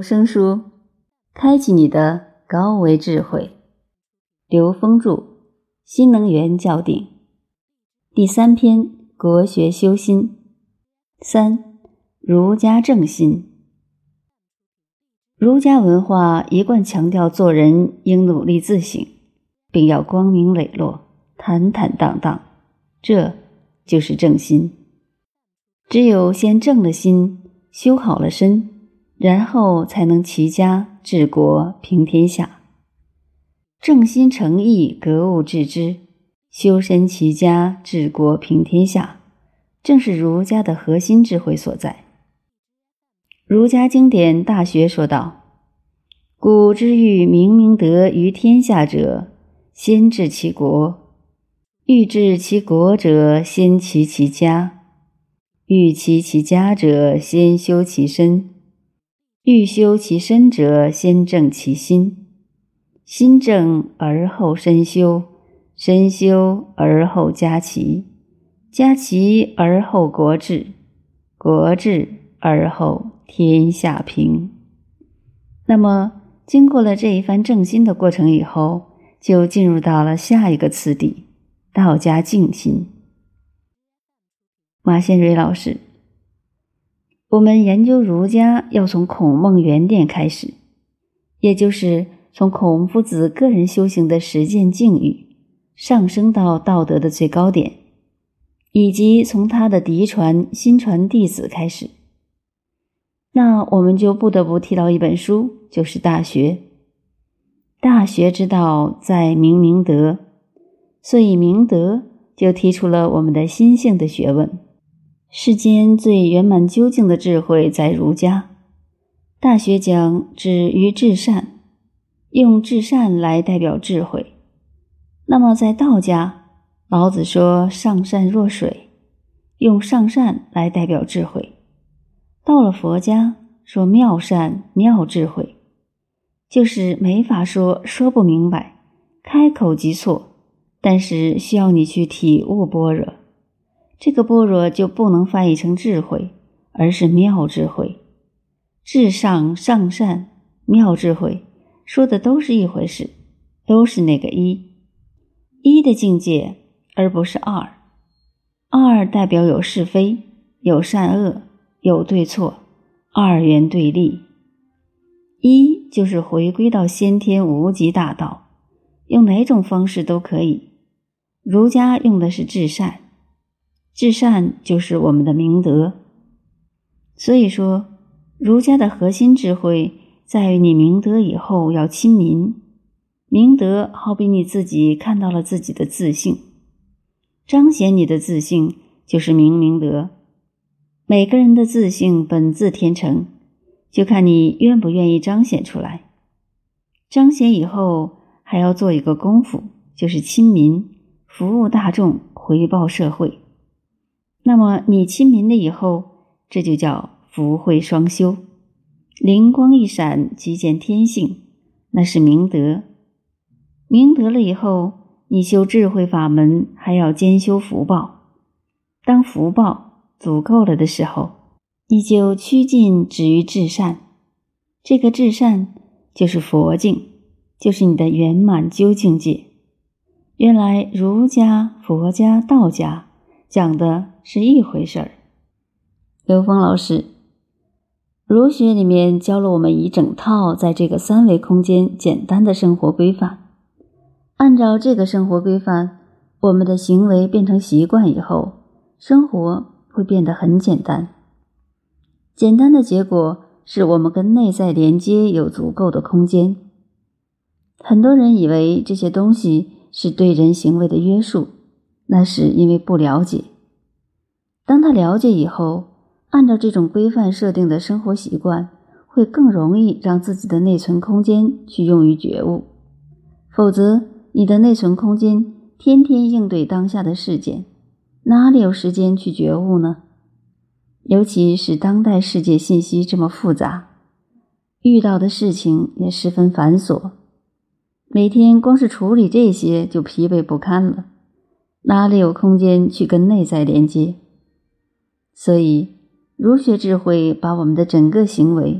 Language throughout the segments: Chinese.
有声书，开启你的高维智慧。刘峰著，新能源校订。第3篇，国学修心。3. 儒家正心。儒家文化一贯强调做人应努力自省，并要光明磊落、坦坦荡荡，这就是正心。只有先正了心，修好了身，然后才能齐家治国平天下。正心诚意格物致知，修身齐家治国平天下，正是儒家的核心智慧所在。儒家经典《大学》说道：古之欲明明德于天下者，先治其国；欲治其国者，先齐其家；欲齐其家者，先修其身；欲修其身者，先正其心。心正而后身修，身修而后家齐，家齐而后国治，国治而后天下平。那么经过了这一番正心的过程以后，就进入到了下一个次第，道家静心。马先蕊老师，我们研究儒家要从孔孟原典开始，也就是从孔夫子个人修行的实践境遇上升到道德的最高点，以及从他的嫡传新传弟子开始。那我们就不得不提到一本书，就是《大学》。大学之道在明明德，所以明德就提出了我们的心性的学问。世间最圆满究竟的智慧在儒家。大学讲止于至善，用至善来代表智慧。那么在道家，老子说上善若水，用上善来代表智慧。到了佛家，说妙善妙智慧，就是没法说不明白，开口即错，但是需要你去体悟般若。这个般若就不能翻译成智慧，而是妙智慧。至上上善妙智慧说的都是一回事，都是那个一的境界，而不是二。二代表有是非，有善恶，有对错，二元对立。一就是回归到先天无极大道，用哪种方式都可以。儒家用的是至善，至善就是我们的明德。所以说儒家的核心智慧在于你明德以后要亲民。明德好比你自己看到了自己的自性，彰显你的自性就是明德。每个人的自性本自天成，就看你愿不愿意彰显出来。彰显以后还要做一个功夫，就是亲民，服务大众，回报社会。那么你亲民了以后，这就叫福慧双修，灵光一闪，即见天性，那是明德。明德了以后，你修智慧法门还要兼修福报。当福报足够了的时候，你就趋近止于至善。这个至善就是佛境，就是你的圆满究竟界。原来儒家、佛家、道家讲的是一回事儿。刘峰老师，儒学里面教了我们一整套在这个3维空间简单的生活规范。按照这个生活规范，我们的行为变成习惯以后，生活会变得很简单。简单的结果是我们跟内在连接有足够的空间。很多人以为这些东西是对人行为的约束，那是因为不了解。当他了解以后，按照这种规范设定的生活习惯，会更容易让自己的内存空间去用于觉悟。否则你的内存空间天天应对当下的事件，哪里有时间去觉悟呢？尤其是当代世界信息这么复杂，遇到的事情也十分繁琐，每天光是处理这些就疲惫不堪了，哪里有空间去跟内在连接？所以儒学智慧把我们的整个行为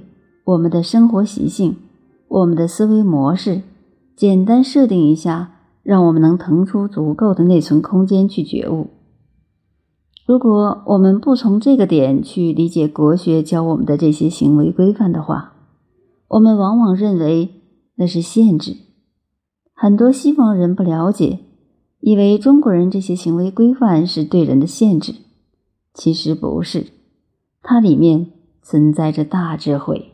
我们的生活习性、我们的思维模式，简单设定一下，让我们能腾出足够的内存空间去觉悟。如果我们不从这个点去理解国学教我们的这些行为规范的话，我们往往认为那是限制。很多西方人不了解，以为中国人这些行为规范是对人的限制，其实不是，它里面存在着大智慧。